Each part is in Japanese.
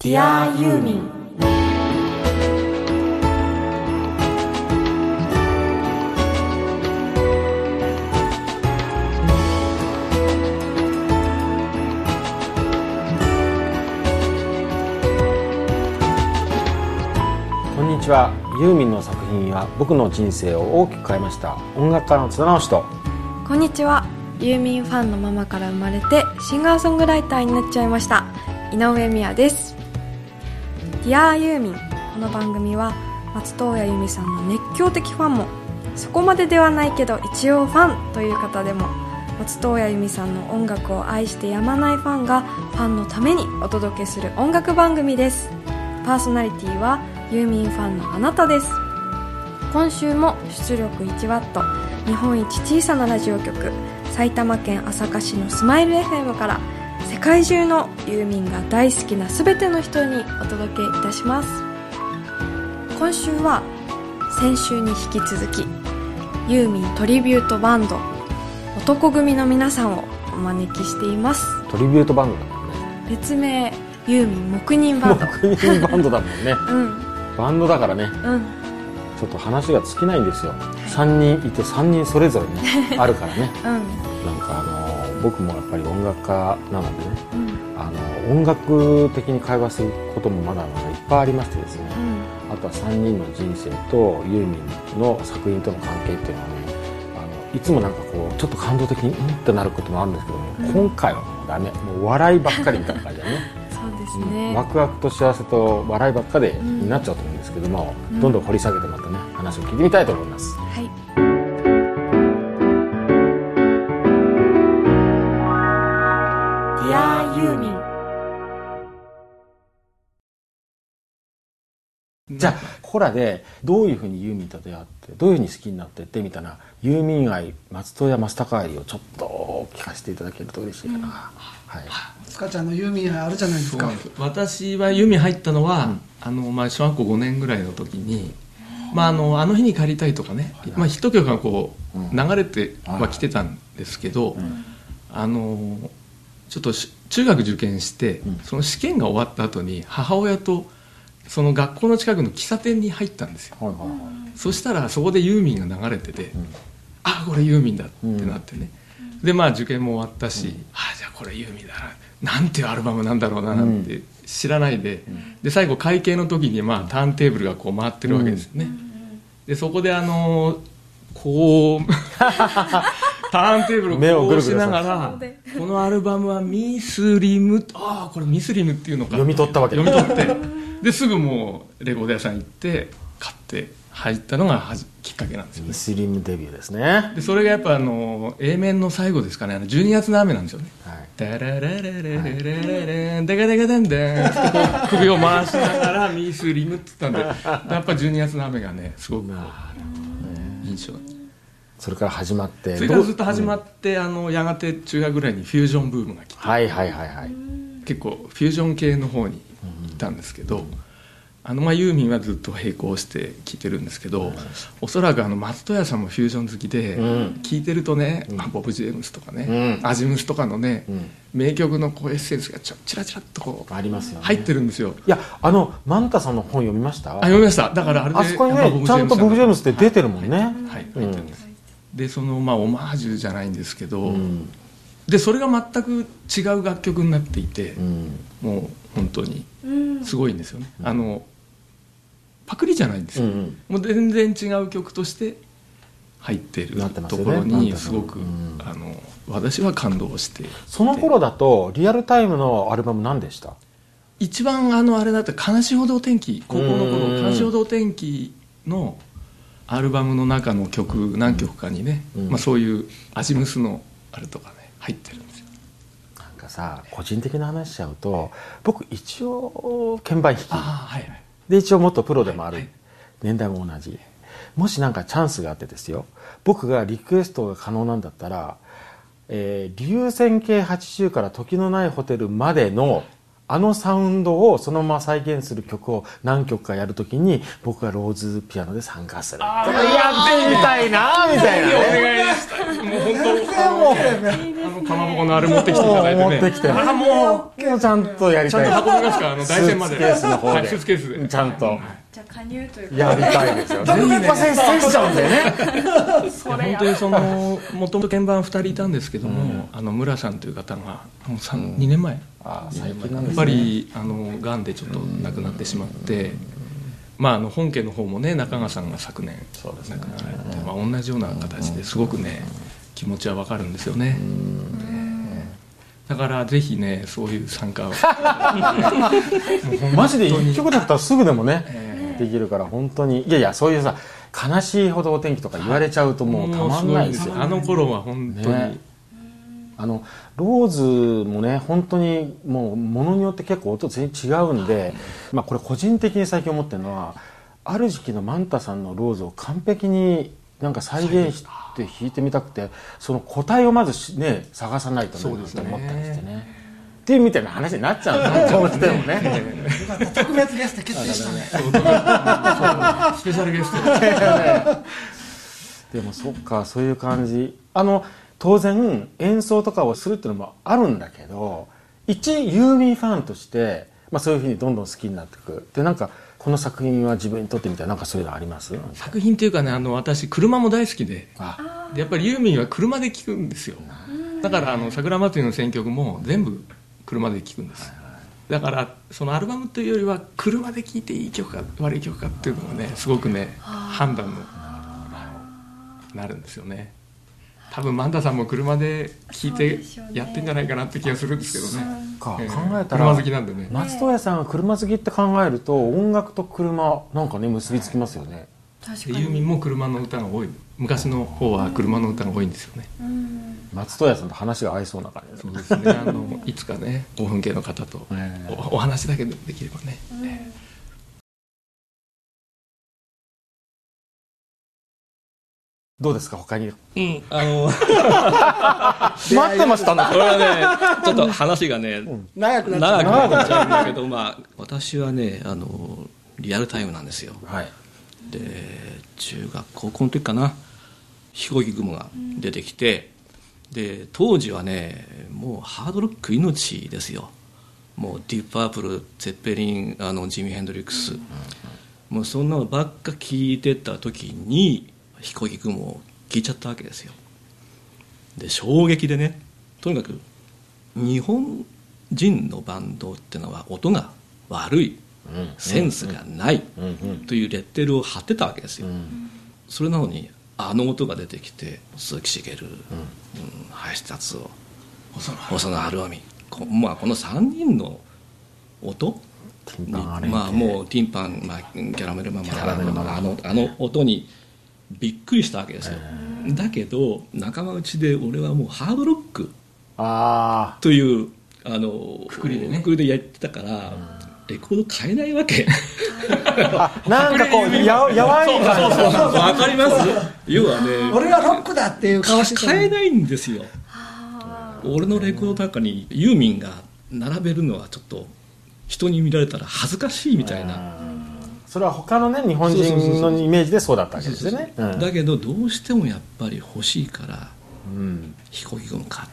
Dear ユーミン。 こんにちは。ユーミンの作品は僕の人生を大きく変えました。音楽家の津田直人。 こんにちは。ユーミンファンのママから生まれてシンガーソングライターになっちゃいました井上美也です。 Dear ユーミン。この番組は松任谷由実さんの熱狂的ファンも、そこまでではないけど一応ファンという方でも、松任谷由実さんの音楽を愛してやまないファンがファンのためにお届けする音楽番組です。パーソナリティはユーミンファンのあなたです。今週も出力 1W 日本一小さなラジオ局、埼玉県朝霞市のスマイル FM から世界中のユーミンが大好きなすべての人にお届けいたします。今週は先週に引き続きユーミントリビュートバンド男闘呼組の皆さんをお招きしています。 トリビュートバンドだもんね。 別名ユーミン黙認バンド。 黙認バンドだもんね。バンドだからね、ちょっと話が尽きないんですよ。3人いて3人それぞれねあるからね。なんか僕もやっぱり音楽家なのでね、音楽的に会話することもまだまだいっぱいありましてですね、あとは3人の人生とユーミンの作品との関係っていうのはね、いつもなんかこうちょっと感動的にってなることもあるんですけども、今回はもうダメ、もう笑いばっかりみたいな感じだねそうですね、 ワクワクと幸せと笑いばっかでになっちゃうと思うんですけども、どんどん掘り下げてまたね話を聞いてみたいと思います。 はい。Dear ユーミン。 じゃあここらでどういうふうにユーミンと出会ってどういうふうに好きになってってみたいなユーミン愛、松任谷松高愛をちょっと聞かせていただけると嬉しいかな。はい。 塚ちゃんのユーミン愛あるじゃないですか。 私はユーミン入ったのは、小学校5年ぐらいの時に、あの日に帰りたいとかね、ヒット曲がこう流れてはきてたんですけど、ちょっと中学受験して、その試験が終わった後に母親とその学校の近くの喫茶店に入ったんですよ。そしたらそこでユーミンが流れてて、あ、これユーミンだってなってね、で受験も終わったし、じゃあこれユーミンだな、なんていうアルバムなんだろうななんて知らないで、で最後会計の時にターンテーブルがこう回ってるわけですよね。でそこでこうターンテーブルをこうしながらこのアルバムはミスリム、これミスリムっていうのか読み取ったわけだ。 読み取ってですぐもうレコード屋さん行って買って入ったのがきっかけなんですよね。 ミスリムデビューですね。 でそれがやっぱA 面の最後ですかね、12月の雨なんですよね。ダララララララランダガダガダンダン首を回しながらミスリムって言ったんで、やっぱ12月の雨がねすごく印象。 それから始まってそれからずっと始まって、やがて中学ぐらいにフュージョンブームが来て、結構フュージョン系の方に行ったんですけど、ユーミンはずっと並行して聴いてるんですけど、おそらく松任谷さんもフュージョン好きで、聴いてるとね、ボブ・ジェームスとかね、アジムスとかのね、名曲のこうエッセンスがチラチラっとこうありますよね、 入ってるんですよ。 いやマンタさんの本読みました？ 読みました。だからあれであそこにねちゃんとボブ・ジェームスって出てるもんね。 入ってるんです。でそのオマージュじゃないんですけど、でそれが全く違う楽曲になっていて、もう本当にすごいんですよね。パクリじゃないんですよ、もう全然違う曲として入っているところにすごく、私は感動していて。 その頃だとリアルタイムのアルバム何でした？ 一番あれだった悲しいほどお天気、高校の頃悲しいほどお天気のアルバムの中の曲何曲かにね、そういうアジムスのあれとかね入ってるんですよ。 なんかさ、個人的な話しちゃうと、僕一応鍵盤弾きで一応元プロでもある、年代も同じ。もしなんかチャンスがあってですよ、僕がリクエストが可能なんだったら、流線形80から時のないホテルまでのサウンドをそのまま再現する曲を何曲かやるときに僕がローズピアノで参加する。やってみたいなみたいな、ね。 お願いしたい。もう本当かまぼこのあれ持ってきていただいてね。 持ってきて、もうちゃんとやりたい。 ちゃんと運びますから、台船まで。 スーツケースの方で。 スーツケースで。 ちゃんと。 じゃあ加入というか。 やりたいですよ。100%しちゃうんでね。 本当にもともと鍵盤2人いたんですけども、村さんという方が、もう2年前。やっぱり、がんでちょっと亡くなってしまって、本家の方もね、中川さんが昨年亡くなられて、同じような形ですごくね、気持ちはわかるんですよね。だからぜひね、そういう参加をマジで1曲だったらすぐでもね、できるから。本当にいやそういうさ、悲しいほどお天気とか言われちゃうともうたまんないですよ。 あの頃は本当に、 ローズもね、本当にもうものによって結構音全然違うんで、これ個人的に最近思ってるのは、ある時期のマンタさんのローズを完璧になんか再現して弾いてみたくて、その個体をまずね探さないとなって思ったりしてね、っていうみたいな話になっちゃうんですよ。どうしてもね。 特別ゲスト決定したね。 スペシャルゲスト。 でもそっか、そういう感じ。当然演奏とかをするっていうのもあるんだけど、一ユーミンファンとして、そういうふうにどんどん好きになっていくで、なんかこの作品は自分にとってみたいな、なんかそういうのあります？ 作品っていうかね、私車も大好きで、やっぱりユーミンは車で聴くんですよ。だから桜祭りの選曲も全部車で聴くんです。だからそのアルバムというよりは、車で聴いていい曲か悪い曲かっていうのがね、すごくね、判断のなるんですよね。多分マンダさんも車で聴いてやってんじゃないかなって気がするんですけどね。 考えたら車好きなんでね。 松任谷さんが車好きって考えると、音楽と車なんかね結びつきますよね。 ユーミンも車の歌が多い。昔の方は車の歌が多いんですよね。 松任谷さんと話が合いそうな感じです。 そうですね。いつかね、5分系の方とお話だけでできればね。 どうですか他に？ 待ってましたね。 これはね、ちょっと話がね、 長くなっちゃうんだけど、私はね、リアルタイムなんですよ。 はい。 で、中学高校の時かな、飛行機雲が出てきて、で当時はね、もうハードロック命ですよ。もうディープパープル、ゼッペリン、ジミー・ヘンドリックス、もうそんなのばっか聞いてた時に飛行機雲を聞いちゃったわけですよ。で衝撃でね、とにかく日本人のバンドってのは音が悪い、センスがないというレッテルを貼ってたわけですよ。それなのに音が出てきて、鈴木茂、林達夫、細野晴臣、この3人の音に、もうティンパン、キャラメルママ、あの音にびっくりしたわけですよ。だけど仲間内で俺はもうハードロックというくくりでやってたから、レコード買えないわけ。 なんかこうやわい感じ。 わかります？要はね、 俺はロックだっていう顔してた。 買えないんですよ。俺のレコードの中にユーミンが並べるのはちょっと人に見られたら恥ずかしいみたいな。 それは他のね日本人のイメージでそうだったわけですよね。 だけどどうしてもやっぱり欲しいから、飛行機雲買って、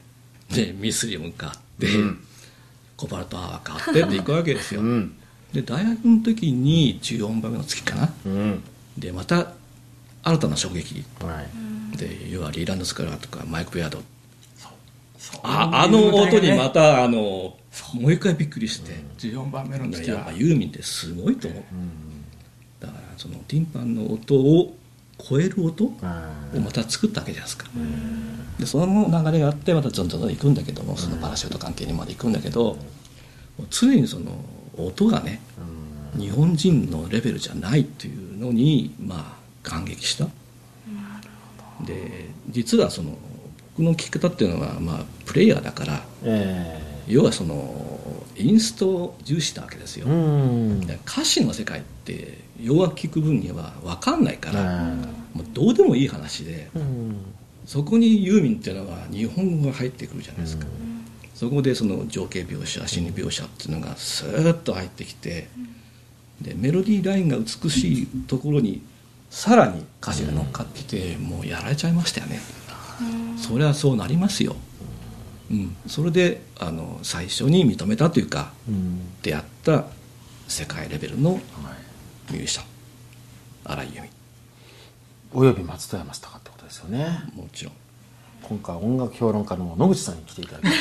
でミスリム買って、コバルトアワー買ってっていくわけですよ。で大学の時に14番目の月かな、でまた新たな衝撃、で要はリーランドスカラーとかマイク・ベアード、音にまたもう一回びっくりして、 14番目の月はやっぱユーミンってすごいと思う。だからそのティンパンの音を超える音をまた作ったわけじゃないですか。でその流れがあってまたどんどん行くんだけども、そのパラシュート関係にまで行くんだけど、常にその音がね、日本人のレベルじゃないっていうのに感激した。で実はその僕の聴き方っていうのはプレイヤーだから、要はそのインスト重視なわけですよ。歌詞の世界って洋楽聴く分には分かんないから、もうどうでもいい話で、そこにユーミンっていうのは日本語が入ってくるじゃないですか。そこでその情景描写、心理描写っていうのがスーッと入ってきて、でメロディーラインが美しいところにさらに歌詞が乗っかってて、もうやられちゃいましたよね。 それはそうなりますよ、それで最初に認めたというか、出会った世界レベルのミュージシャン、荒井由実および松任谷正隆ってことですよね。 もちろん今回音楽評論家の野口さんに来ていただいて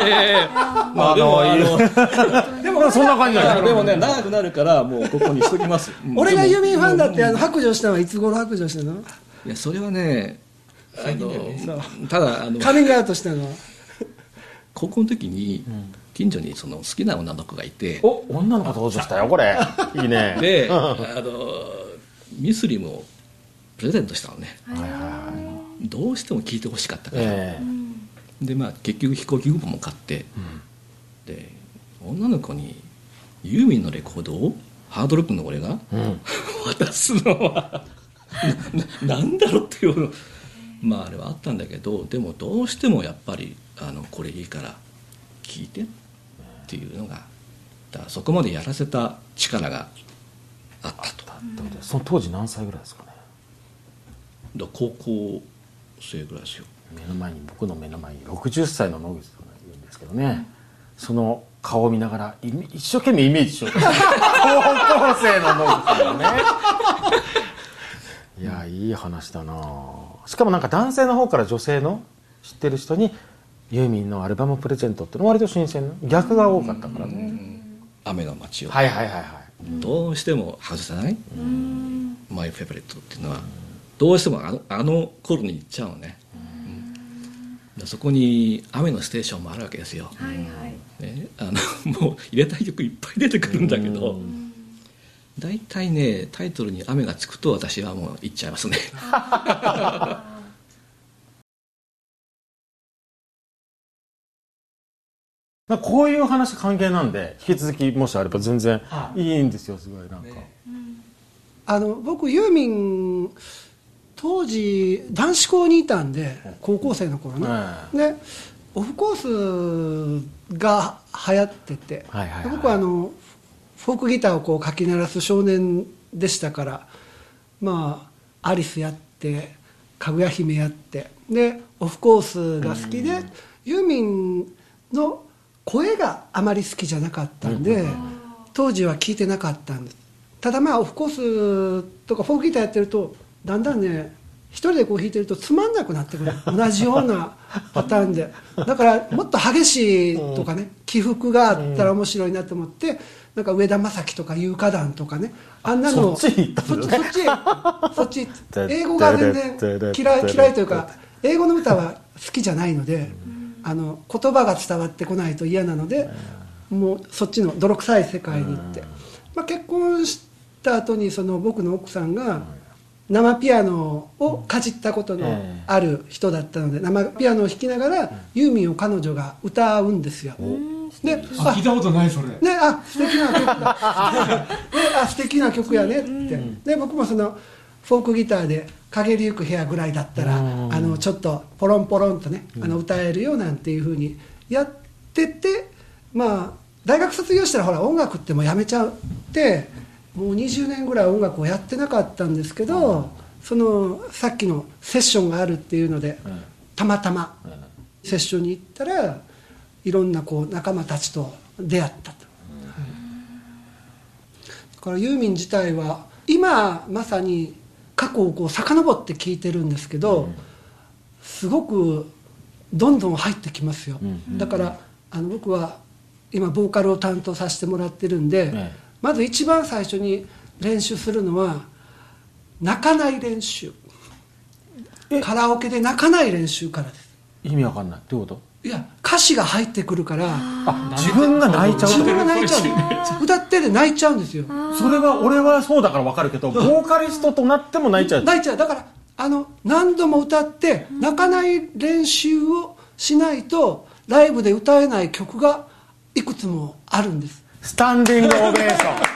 でもそんな感じだでもね、長くなるからもうここにしときます俺がユーミンファンだって白状したのはいつ頃白状したの？ いやそれはね、ただカミングアウトしたのは高校の時に近所にその好きな女の子がいて、 女の子登場したよこれいいねでミスリムをプレゼントしたのね、どうしても聴いてほしかったから、で結局飛行機雲も買って、で女の子にユーミンのレコードをハードロックの俺が、渡すのはなんだろうっていうあれはあったんだけど、でもどうしてもやっぱりこれいいから聴いてっていうのが、だからそこまでやらせた力があったと。 その当時何歳ぐらいですかね？ だ高校生ぐらいですよ。 僕の目の前に60歳の野口さんがいるんですけどね、その顔を見ながら一生懸命イメージしようと高校生の野口さんがねいやいい話だな。しかもなんか男性の方から女性の知ってる人にユーミンのアルバムプレゼントってのは割と新鮮な逆が多かったからね。 雨の街をどうしても外せないマイフェブレットっていうのはどうしてもあの頃に行っちゃうのね、そこに雨のステーションもあるわけですよ、ね、もう入れたい曲いっぱい出てくるんだけど、大体ねタイトルに雨がつくと私はもう行っちゃいますねこういう話関係なんで引き続きもしあれば全然いいんですよ。すごいなんか、 僕ユーミン当時男子校にいたんで、高校生の頃ね、でオフコースが流行ってて、僕はフォークギターをこうかき鳴らす少年でしたから、アリスやってかぐや姫やって、でオフコースが好きで、ユーミンの声があまり好きじゃなかったんで、当時は聴いてなかったんです。ただオフコースとかフォークギターやってるとだんだんね一人でこう弾いてるとつまんなくなってくる同じようなパターンで、だからもっと激しいとかね、起伏があったら面白いなと思って、なんか上田正樹とか有歌団とかね、あんなのそっちに行ったんだね。 そっち英語が全然嫌いというか、英語の歌は好きじゃないので、言葉が伝わってこないと嫌なので、もうそっちの泥臭い世界に行って、結婚した後にその僕の奥さんが生ピアノをかじったことのある人だったので、生ピアノを弾きながらユーミンを彼女が歌うんですよ。で、 聞いたことないそれ。 で、素敵な曲だ。で、素敵な曲やねって。で、僕もそのフォークギターで陰りゆく部屋ぐらいだったらちょっとポロンポロンとね歌えるよなんていう風にやってて、大学卒業したらほら音楽ってもうやめちゃってもう20年ぐらい音楽をやってなかったんですけど、そのさっきのセッションがあるっていうのでたまたまセッションに行ったらいろんなこう仲間たちと出会ったと。だからユーミン自体は今まさに過去をこう遡って聞いてるんですけど、すごくどんどん入ってきますよ。だから僕は今ボーカルを担当させてもらってるんで、まず一番最初に練習するのは泣かない練習。カラオケで泣かない練習からです。 意味わかんない。どういうこと？ いや歌詞が入ってくるから、 自分が泣いちゃう。 自分が泣いちゃう。歌ってで泣いちゃうんですよ。 それは俺はそうだからわかるけど、ボーカリストとなっても泣いちゃう。 泣いちゃう。だから何度も歌って泣かない練習をしないとライブで歌えない曲がいくつもあるんです。 スタンディングオベーション。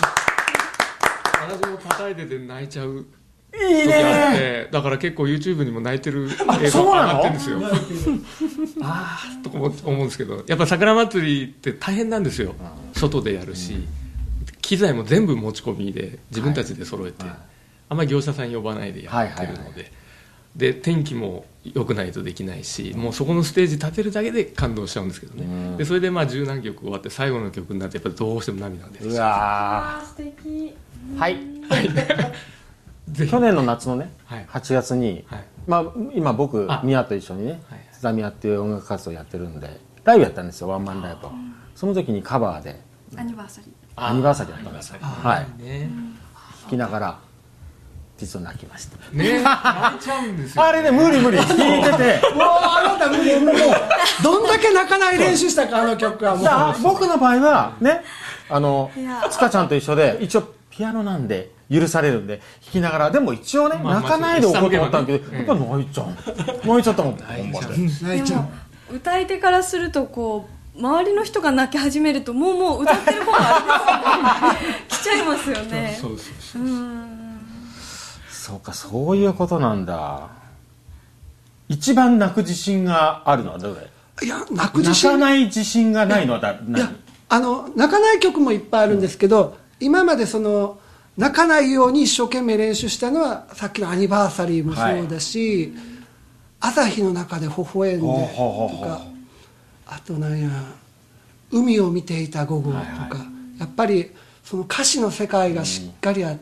私も叩いてて泣いちゃういいね時あって、だから結構 YouTube にも泣いてる映像上がってるんですよ。とか思うんですけど、やっぱ桜祭りって大変なんですよ。外でやるし、機材も全部持ち込みで自分たちで揃えて、あんまり業者さん呼ばないでやってるので、で天気も良くないとできないし、もうそこのステージ立てるだけで感動しちゃうんですけどね。でそれで十何曲終わって最後の曲になってやっぱりどうしても涙が出てきちゃう。 うわ素敵。 はい去年の夏のね、8月に、今僕ミヤと一緒にね津田ミヤっていう音楽活動やってるんでライブやったんですよ、ワンマンライブを。その時にカバーでアニバーサリーやったんですよ。はい、弾きながら実は泣きましたね。泣いちゃうんですよ、 あれね、無理弾いててもうあなたもうどんだけ泣かない練習したか、あの曲は。もう僕の場合はね、塚ちゃんと一緒で一応ピアノなんで許されるんで弾きながら、でも一応ね、泣かないでおこうと思ったんだけど、やっぱ泣いちゃったもん。 泣いちゃう。 歌い手からするとこう周りの人が泣き始めるともう歌ってる方があれですよね来ちゃいますよね。 そうか、そういうことなんだ。一番泣く自信があるのはどれ？ いや、泣かない自信がないのは何？いや、泣かない曲もいっぱいあるんですけど、今まで泣かないように一生懸命練習したのはさっきのアニバーサリーもそうだし、朝日の中で微笑んでとか、あと海を見ていた午後とか、やっぱりその歌詞の世界がしっかりあって、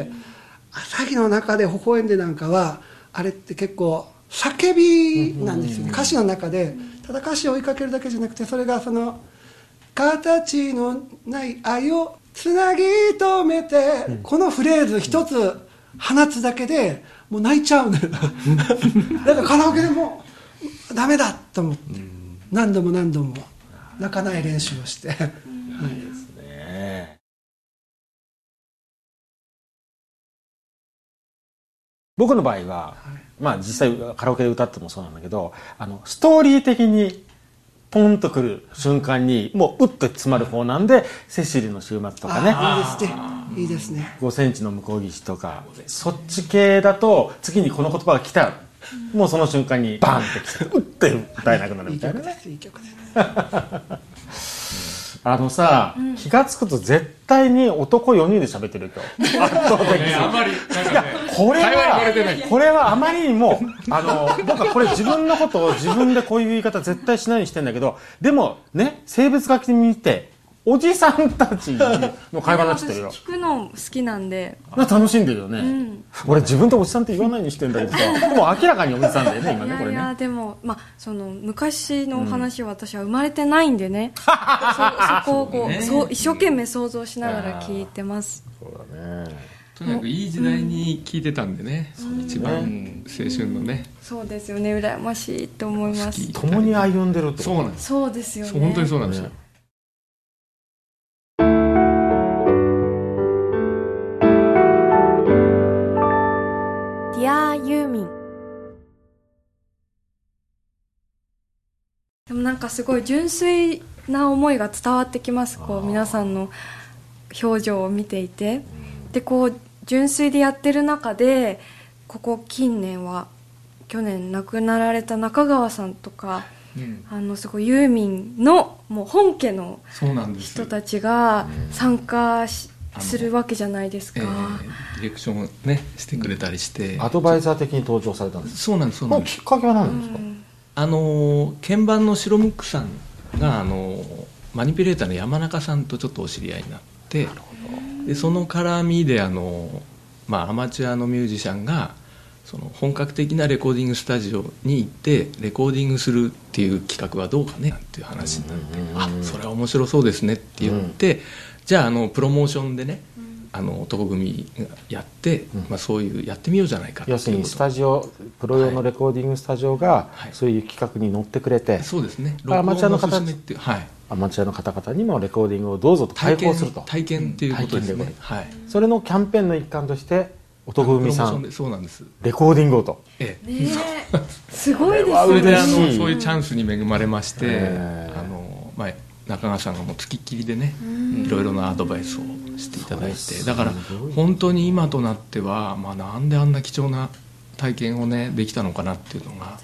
朝日の中で微笑んでなんかはあれって結構叫びなんですよね、歌詞の中で。ただ歌詞を追いかけるだけじゃなくて、それが形のない愛をつなぎ止めて、このフレーズ一つ放つだけでもう泣いちゃうのよだからカラオケでもダメだと思って、何度も泣かない練習をしていいですね。 僕の場合は、実際カラオケで歌ってもそうなんだけど、ストーリー的にポンとくる瞬間にもううっと詰まる方なんで、セシリの週末とかね、 いいですね。 5センチの向こう岸とか、そっち系だと次にこの言葉が来たらもうその瞬間にバンってきてうって歌えなくなるみたいなね。いい曲です気がつくと絶対に男4人で喋ってる今日。圧倒的に。 あんまりこれはあまりにも僕はこれ自分のことを自分でこういう言い方絶対しないようにしてんだけど、でもね、生物学的に見ておじさんたちの会話になっちゃってるよ。 聞くの好きなんで楽しんでるよね、俺自分でおじさんって言わないようにしてんだけどさでも明らかにおじさんだよね今ね。これね。 いやでも昔のお話を私は生まれてないんでね、そこを一生懸命想像しながら聞いてます。 そうだね。 とにかくいい時代に聞いてたんでね、一番青春のね。 そうですよね、羨ましいと思います。 共に歩んでるってこと。 そうなんです。 そうですよね。 本当にそうなんですよ。 ディアユーミン。でもすごい純粋な思いが伝わってきます。皆さんの表情を見ていて、で純粋でやってる中で、ここ近年は去年亡くなられた中川さんとか、すごいユーミンのもう本家の人たちが参加するわけじゃないですか。 ディレクションをねしてくれたりして、 アドバイザー的に登場されたんです。 そうなんです。 きっかけは何ですか？ 鍵盤の白ムックさんがマニピュレーターの山中さんとちょっとお知り合いになって、でその絡みでアマチュアのミュージシャンが本格的なレコーディングスタジオに行ってレコーディングするっていう企画はどうかねっていう話になって、それは面白そうですねって言って、じゃあプロモーションでね、男組がやって、そういうやってみようじゃないかっていう。 要するにスタジオ、プロ用のレコーディングスタジオがそういう企画に乗ってくれて、 そうですね、 アマチュアの方アマチュアの方々にもレコーディングをどうぞと開放すると、 体験っていうことですね。 それのキャンペーンの一環として男組さんそうなんです、 レコーディングをと、 すごいですね。 そういうチャンスに恵まれまして、中川さんがもう付きっきりでね、いろいろなアドバイスをしていただいて、だから本当に今となっては、なんであんな貴重な体験をねできたのかなっていうのが、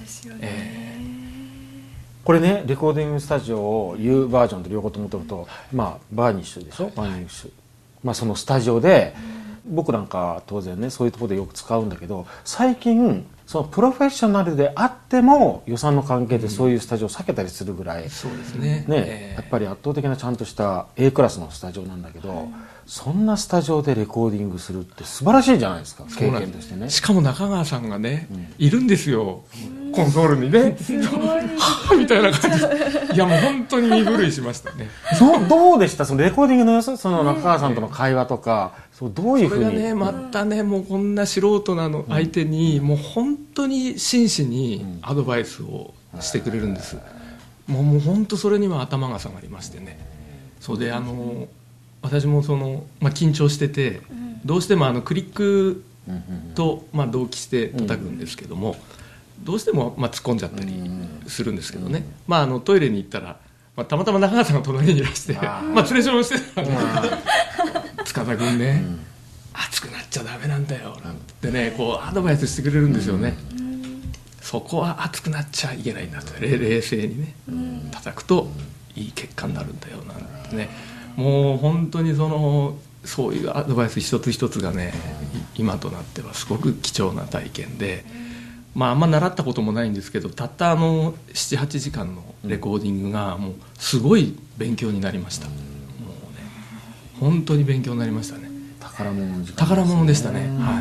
これね、レコーディングスタジオを U バージョンと両方とも取ると、バーニッシュでしょ、バーニッシュ、そのスタジオで、僕なんか当然ねそういうところでよく使うんだけど、最近そのプロフェッショナルであっても予算の関係でそういうスタジオを避けたりするぐらい、 そうですね、 やっぱり圧倒的なちゃんとした A クラスのスタジオなんだけど、そんなスタジオでレコーディングするって素晴らしいじゃないですか、経験としてね。 しかも中川さんがね、いるんですよ、コンソールにね。はぁみたいな感じ。いやもう本当に身震いしましたね。 どうでした、そのレコーディングの様子、その中川さんとの会話とか、どういうふうに。 それがね、またね、もうこんな素人なの相手に、もう本当に真摯にアドバイスをしてくれるんです。もう本当それには頭が下がりましてね。それで私も緊張してて、どうしてもクリックと同期して叩くんですけども、どうしても突っ込んじゃったりするんですけどね、トイレに行ったら、たまたま中川さんが隣にいらして連れションしてたんで塚田君ね、熱くなっちゃダメなんだよってね、こうアドバイスしてくれるんですよね。そこは熱くなっちゃいけないんだと、冷静にね叩くといい結果になるんだよなんてね。もう本当にそういうアドバイス一つ一つがね、今となってはすごく貴重な体験で、あんま習ったこともないんですけど、たった 7,8 時間のレコーディングがもうすごい勉強になりました。もうね、本当に勉強になりましたね。 宝物の時間ですね。 宝物でしたね。はい。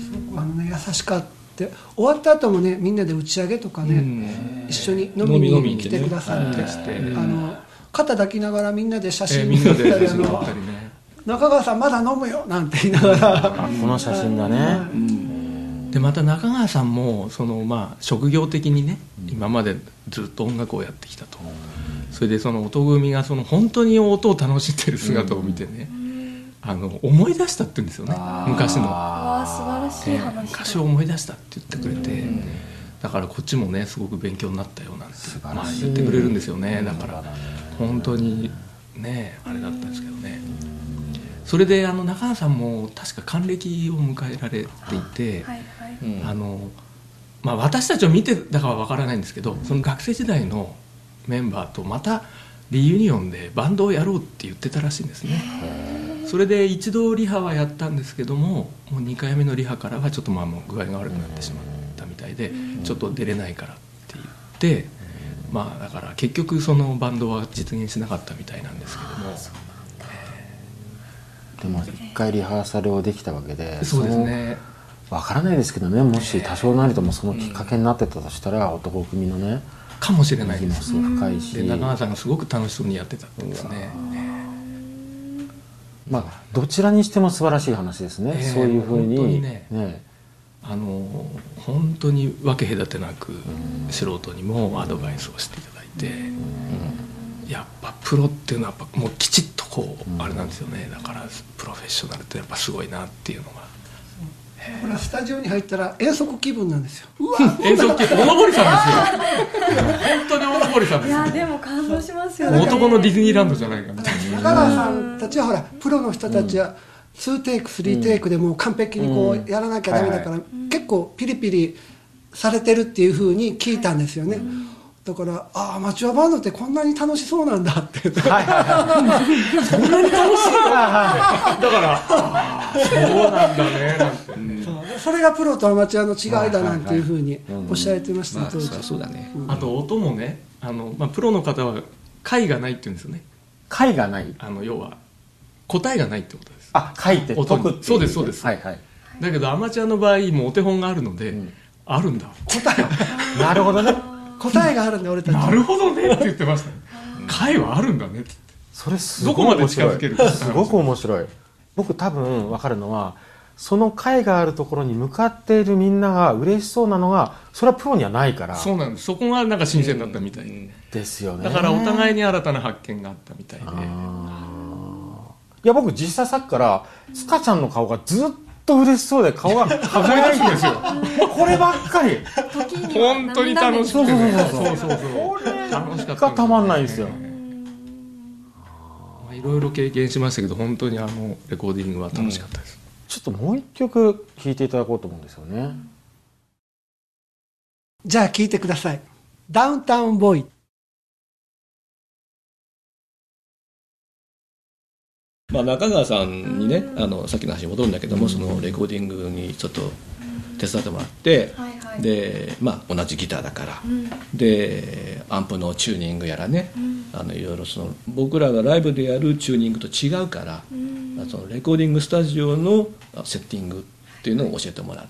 すごく優しかった。終わった後もね、みんなで打ち上げとかね、一緒に飲みに来てくださって、肩抱きながらみんなで写真撮ったり、中川さんまだ飲むよなんて言いながらこの写真だね。 でまた中川さんも職業的にね、今までずっと音楽をやってきたと、それで音組が本当に音を楽しんでる姿を見てね、思い出したって言うんですよね、昔の。 素晴らしい話、 昔を思い出したって言ってくれて、だからこっちもねすごく勉強になったよなんて言ってくれるんですよね。だから本当にねあれだったんですけどね。それで中川さんも確か還暦を迎えられていて、私たちを見てだからわからないんですけど、その学生時代のメンバーとまたリユニオンでバンドをやろうって言ってたらしいんですね。それで一度リハはやったんですけども、もう2回目のリハからはちょっともう具合が悪くなってしまったみたいで、ちょっと出れないからって言って、だから結局そのバンドは実現しなかったみたいなんですけども、 でも1回リハーサルをできたわけで、 そうですね、 分からないですけどね、もし多少なりともそのきっかけになってたとしたら、男組のねかもしれないです。 すごく深いし、 で中川さんがすごく楽しそうにやってたんですね。 どちらにしても素晴らしい話ですね。そういうふうに本当にね、本当に分け隔てなく素人にもアドバイスをしていただいて、やっぱプロっていうのはやっぱもうきちっとあれなんですよね。だからプロフェッショナルってやっぱすごいなっていうのが。 ほらスタジオに入ったら遠足気分なんですよ。 遠足気分、おのぼりさんですよ。本当におのぼりさんです。 いやでも感動しますよね。 男のディズニーランドじゃないかみたいな。 中川さんたちはほらプロの人たちは2テイク3テイクでもう完璧にやらなきゃダメだから、結構ピリピリされてるっていう風に聞いたんですよね。だからアマチュアバンドってこんなに楽しそうなんだって、そんなに楽しいだからそうなんだねなんて、それがプロとアマチュアの違いだなんていうふうにおっしゃられてました。 そうだね。 あと音もね、プロの方は解がないって言うんですよね。 解がない、 要は答えがないってことです。 解って解くっていう。 そうですそうです、だけどアマチュアの場合もお手本があるので、あるんだ答えなるほどね、 答えがあるんだ俺たち。 なるほどねって言ってましたね。解はあるんだねって。 それすごく面白い。どこまで近づけるか。 すごく面白い。僕多分分かるのは、その解があるところに向かっているみんなが嬉しそうなのが、それはプロにはないから。 そうなんです。そこがなんか新鮮だったみたい、 ですよね。 だからお互いに新たな発見があったみたいで。 いや僕実際さっきから塚ちゃんの顔がずっと嬉しそうで、顔が輝いてるんですよ。こればっかり。 本当に楽しくて、そうこれがたまんないんですよ。 いろいろ経験しましたけど、本当にレコーディングは楽しかったです。 ちょっともう一曲聴いていただこうと思うんですよね。 じゃあ聴いてください。ダウンタウンボーイ。 中川さんにね、さっきの話に戻るんだけども、そのレコーディングにちょっと手伝ってもらって、 で、同じギターだから、でアンプのチューニングやらね、いろいろ僕らがライブでやるチューニングと違うから、そのレコーディングスタジオのセッティングっていうのを教えてもらって、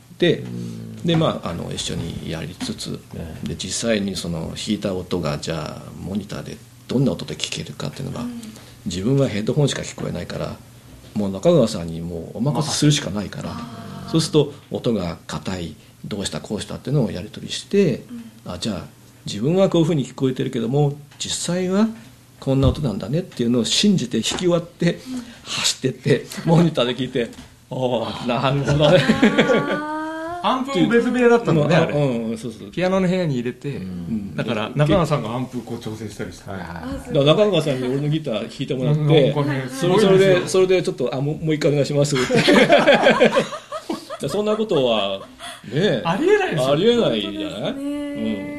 で一緒にやりつつ、で実際にその弾いた音がじゃあモニターでどんな音で聴けるかっていうのが、自分はヘッドホンしか聞こえないから、もう中川さんにもうお任せするしかないから、そうすると音が硬い、どうしたこうしたっていうのをやり取りして、じゃあ自分はこういうふうに聞こえてるけども実際はこんな音なんだねっていうのを信じて弾き終わって走ってってモニターで聞いて、なるほどねアンプも別部屋だったのね、あれ、 そうピアノの部屋に入れて、だから中川さんがアンプこう調整したりして、だから中川さんに俺のギター弾いてもらって、それでちょっともう一回お願いしますってそんなことはねありえないですよ、 ありえないじゃない、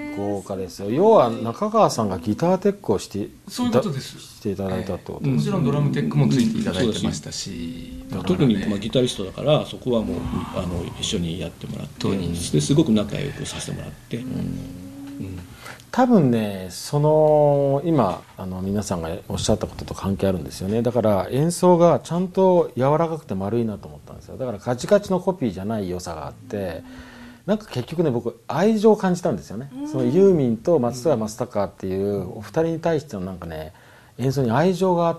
豪華ですよ。要は中川さんがギターテックをしてそういうことです、 していただいたってこと、 もちろんドラムテックもついていただいてましたし、 特にギタリストだからそこはもう一緒にやってもらって、ですごく仲良くさせてもらって、 多分ね今皆さんがおっしゃったことと関係あるんですよね。だから演奏がちゃんと柔らかくて丸いなと思ったんですよ。だからカチカチのコピーじゃない良さがあって、なんか結局ね僕愛情を感じたんですよね。そのユーミンと松任谷正隆っていうお二人に対してのなんかね演奏に愛情があって、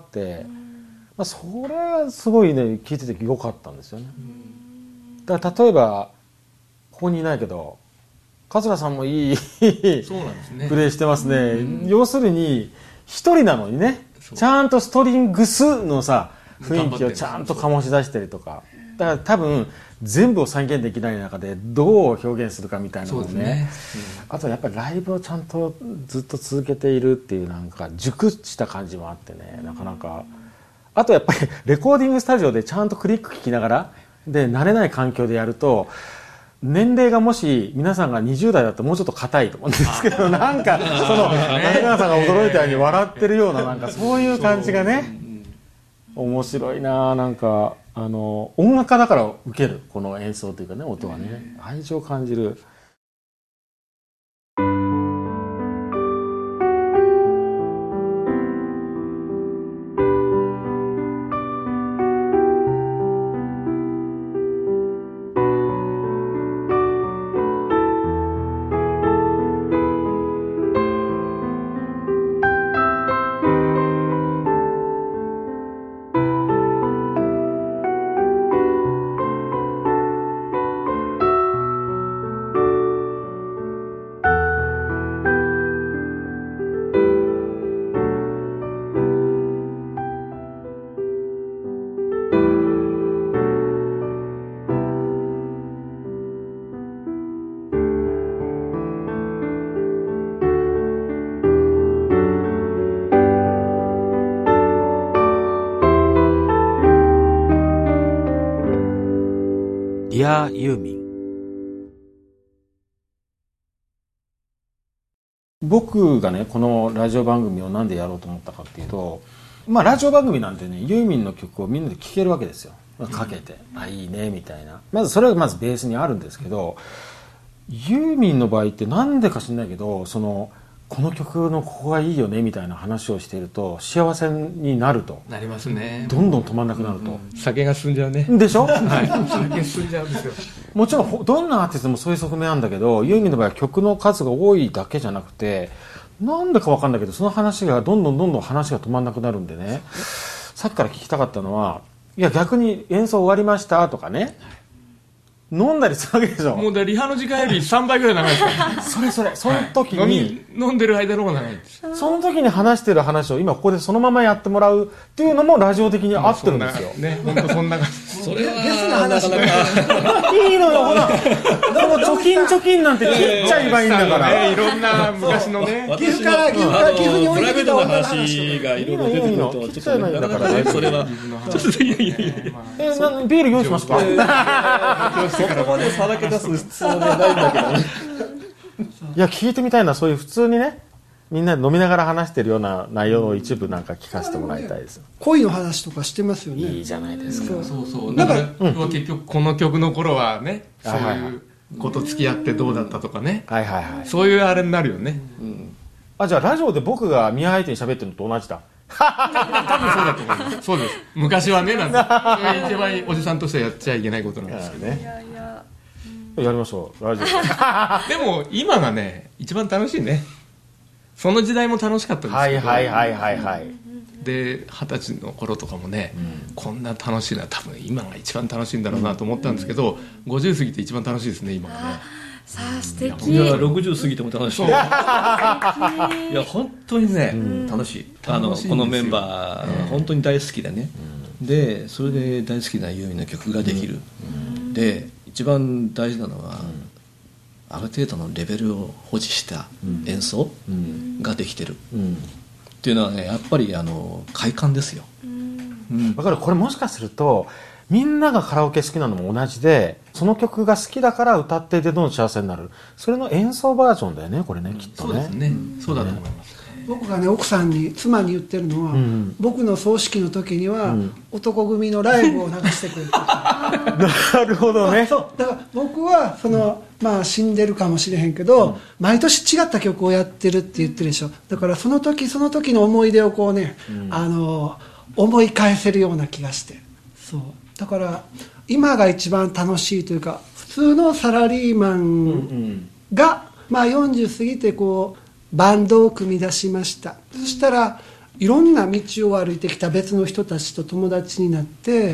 それはすごいね聞いててよかったんですよね。だから例えばここにいないけど桂さんもいいプレーしてますね。要するに一人なのにねちゃんとストリングスのさ雰囲気をちゃんと醸し出してるとか、だから多分全部を再現できない中でどう表現するかみたいなのね、あとやっぱりライブをちゃんとずっと続けているっていうなんか熟した感じもあってね、なかなか。あとやっぱりレコーディングスタジオでちゃんとクリック聴きながらで慣れない環境でやると、年齢がもし皆さんが20代だともうちょっと硬いと思うんですけど、なんかその中川さんが驚いたように笑ってるようななんかそういう感じがね面白いな。なんか音楽家だから受けるこの演奏というかね、音はね愛情を感じる。ディアユーミン。僕がねこのラジオ番組をなんでやろうと思ったかっていうと、ラジオ番組なんてねユーミンの曲をみんなで聴けるわけですよ。かけていいねみたいな、まずそれがまずベースにあるんですけど、ユーミンの場合ってなんでか知んないけどこの曲のここがいいよねみたいな話をしていると幸せになるとなりますね。 どんどん止まんなくなると、 酒が進んじゃうねでしょ酒進んじゃうんですよ。 もちろんどんなアーティストもそういう側面なんだけど、ユーミンの場合は曲の数が多いだけじゃなくてなんだか分かんないけどその話がどんどん話が止まんなくなるんでね、さっきから聞きたかったのは、いや逆に演奏終わりましたとかね、飲んだりするわけでしょ。 もうリハの時間より3倍ぐらい長いですからその時に、 飲んでる間の方が長いです。 その時に話してる話を今ここでそのままやってもらうっていうのもラジオ的に合ってるんですよ。 ね、本当そんな感じ。 それはなかなかいいのよ、ほら。この貯金なんて切っちゃえばいいんだから。 いろんな昔のね。 岐阜に置いてきた女の話がいろいろ出てくるとちょっとなかなかねそれはちょっといやビール用意しますか。 そこまでさらけ出す必要ないんだけどね。 いや聞いてみたいな、そういう普通にねみんなで飲みながら話してるような内容を一部なんか聞かせてもらいたいです。 恋の話とかしてますよね。 いいじゃないですか。 そうだから結局この曲の頃はね、そういう子と付き合ってどうだったとかね、 はいはいはい、 そういうあれになるよね、 じゃあラジオで僕が宮相手に喋ってるのと同じだ。 多分そうだと思います。そうです。昔はね、なんて一番おじさんとしてはやっちゃいけないことなんですけどね。 やりましょうラジオでも今がね一番楽しいね。その時代も楽しかったですけど、 はいはいはいはいはい。 で20歳の頃とかもね、こんな楽しいのは多分今が一番楽しいんだろうなと思ったんですけど、50過ぎて一番楽しいですね今がね。 さあ素敵。 いや60過ぎても楽しい。いや本当にね、楽しい。このメンバー本当に大好きでね、でそれで大好きなユーミンの曲ができる、で一番大事なのは、ある程度のレベルを保持した演奏ができてる、っていうのはねやっぱり快感ですよ。 だからこれもしかするとみんながカラオケ好きなのも同じで、その曲が好きだから歌っていてどんどん幸せになる、それの演奏バージョンだよねこれね、きっとね。 そうですね、そうだと思います。 僕がね奥さんに妻に言ってるのは、僕の葬式の時には、男組のライブを流してくれてなるほどね。 そうだから僕はまあ死んでるかもしれへんけど、毎年違った曲をやってるって言ってるでしょ。だからその時その時の思い出をこうね、思い返せるような気がして、そうだから今が一番楽しいというか、普通のサラリーマンが、まあ、40過ぎてこうバンドを組み出しました。そしたらいろんな道を歩いてきた別の人たちと友達になって、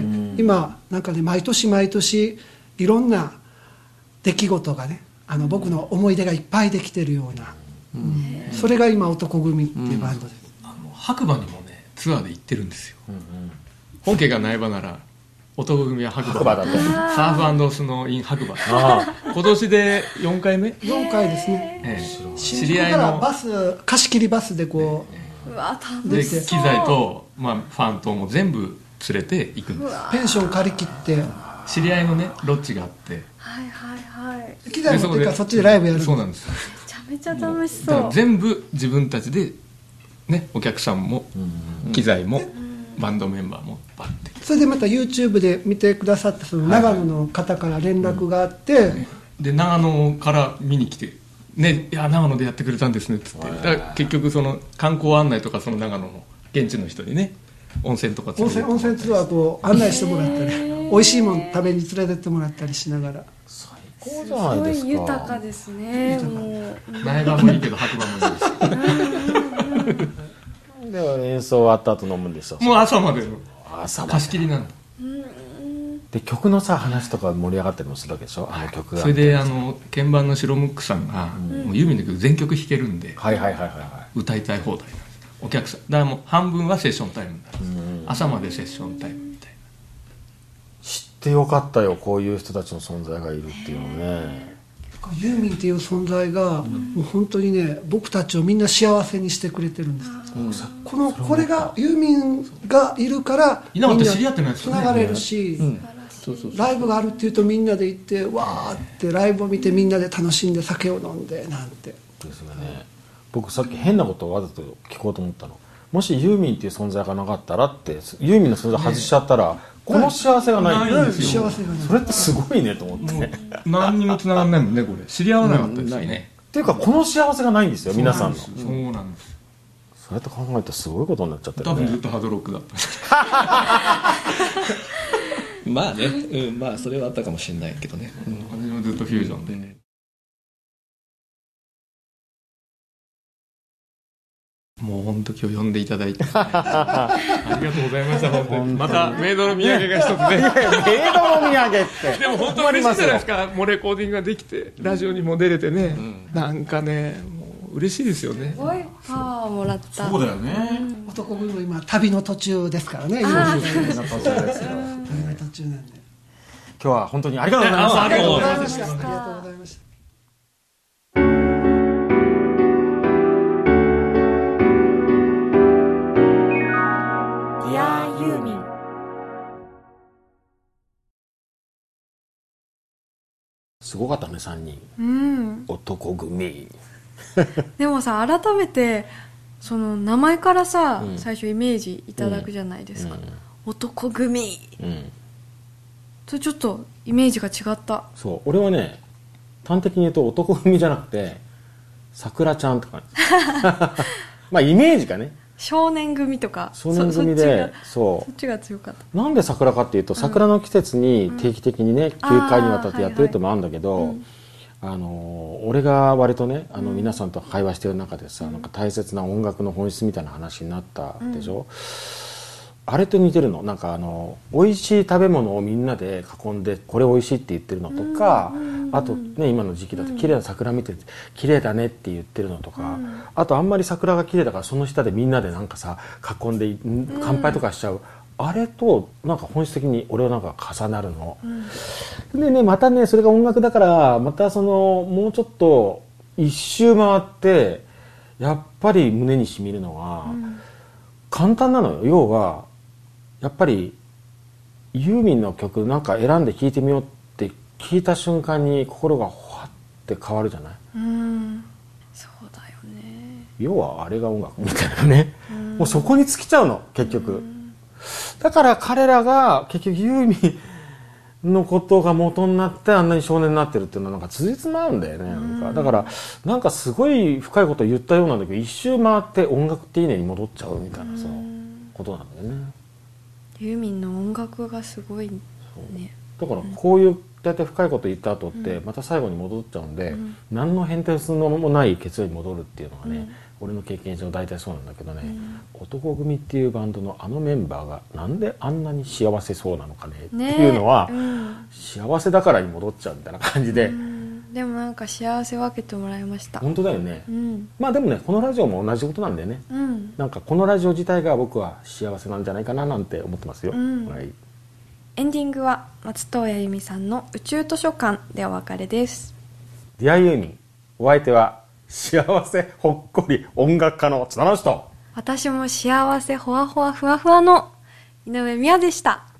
今なんかね毎年毎年いろんな出来事がね、僕の思い出がいっぱいできてるような、それが今男組っていうバンドです。 白馬にもねツアーで行ってるんですよ、本家が苗場なら男組は白馬だと、サーフ&スノーイン白馬、今年で4回目 4回ですね、 知り合いのバス貸し切りバスでこうで機材と、ファンとも全部連れて行くんです。 ペンション借り切って知り合いのねロッジがあって、 はいはいはい、 機材持ってるからそっちでライブやる。 そうなんです。 めちゃめちゃ楽しそう。 全部自分たちでね、お客さんも機材もバンドメンバーもバッて、 それでまた YouTube で見てくださったその長野の方から連絡があって、 で長野から見に来て、ね、いや長野でやってくれたんですねっつって、だから結局その観光案内とかその長野の現地の人にね、温泉とか温泉ツアーこう案内してもらったり美味しいもの食べに連れてってもらったりしながら、 最高じゃないですか。 すごい豊かですね。もう苗場もいいけど白馬もいいですで演奏終わった後飲むんでしょ。 もう朝までの貸し切りなんだ。 で曲のさ話とか盛り上がったりもするわけでしょ、曲が。 それで鍵盤の白ムックさんが、もうユーミンの曲全曲弾けるんで、歌いたい放題なんです。お客さんだからもう半分はセッションタイムになる、朝までセッションタイムみたいな。 知ってよかったよ、こういう人たちの存在がいるっていうのね。 ユーミンっていう存在が、もう本当にね僕たちをみんな幸せにしてくれてるんです。これがユーミンがいるからみんなつながれるし、ライブがあるっていうとみんなで行ってわーってライブを見てみんなで楽しんで酒を飲んでなんてですよね。僕さっき変なことをわざと聞こうと思ったの。もしユーミンっていう存在がなかったらって、ユーミンの存在外しちゃったら、この幸せがないんですよ。それってすごいねと思って。 何にもつながんないもんね、これ知り合わなかったですよね。 っていうかこの幸せがないんですよ、皆さんの。 そうなんです。 そうやって考えるとすごいことになっちゃってるね。 多分ずっとハードロックだったまあね、まあそれはあったかもしれないけどね、 私もずっとフュージョンでね。もう本当今日呼んでいただいて、ありがとうございました。本当にまたメイドの土産が一つね。 メイドの土産ってでも本当嬉しいじゃないですか。もうレコーディングができてラジオにも出れてね、なんかねもう嬉しいですよね。 すごいパワーをもらった。 そうだよね。 男組も今旅の途中ですからね。 旅の途中ですよ。 旅の途中なんで。 今日は本当にありがとうございました。 ありがとうございました。ありがとうございました。 すごかったね、3人、男組でもさ改めてその名前からさ、最初イメージいただくじゃないですか、男組、それちょっとイメージが違った。 そう俺はね端的に言うと男組じゃなくて桜ちゃんとかまあイメージがね、 少年組とか、 少年組で、 そっちが強かった。 なんで桜かっていうと、桜の季節に定期的にね、9回にわたってやってるってのもあるんだけど、俺が割とね、皆さんと会話してる中でさ、なんか大切な音楽の本質みたいな話になったでしょ。あれと似てるの。なんか美味しい食べ物をみんなで囲んで、これ美味しいって言ってるのとか、あとね、今の時期だと綺麗な桜見て綺麗だねって言ってるのとか、あとあんまり桜が綺麗だからその下でみんなでなんかさ囲んで乾杯とかしちゃう、あれとなんか本質的に俺はなんか重なるの、でね、またね、それが音楽だからまたもうちょっと一周回ってやっぱり胸にしみるのは、簡単なのよ。要はやっぱりユーミンの曲なんか選んで聴いてみようって聞いた瞬間に心がほわって変わるじゃない。 そうだよね。 要はあれが音楽みたいなね、もうそこに尽きちゃうの結局。だから彼らが結局ユーミンのことが元になってあんなに少年になってるっていうのはなんかつじつまなんだよね。なんかだからなんかすごい深いことを言ったようなんだけど、一周回って音楽っていいねに戻っちゃうみたいなことなんだよね。 ユーミンの音楽がすごいね。 だからこういう大体深いこと言った後ってまた最後に戻っちゃうんで、何の変哲もない結論に戻るっていうのがね、俺の経験上大体そうなんだけどね、男組っていうバンドのメンバーがなんであんなに幸せそうなのかねっていうのは、幸せだからに戻っちゃうみたいな感じで、 でもなんか幸せ分けてもらいました。 本当だよね、まあでもね、このラジオも同じことなんだよね、なんかこのラジオ自体が僕は幸せなんじゃないかななんて思ってますよ、はい。 エンディングは松任谷由実さんの宇宙図書館でお別れです。 ディアユーミン、お相手は幸せほっこり音楽家の津田直人。 私も幸せほわほわふわふわの井上美也でした。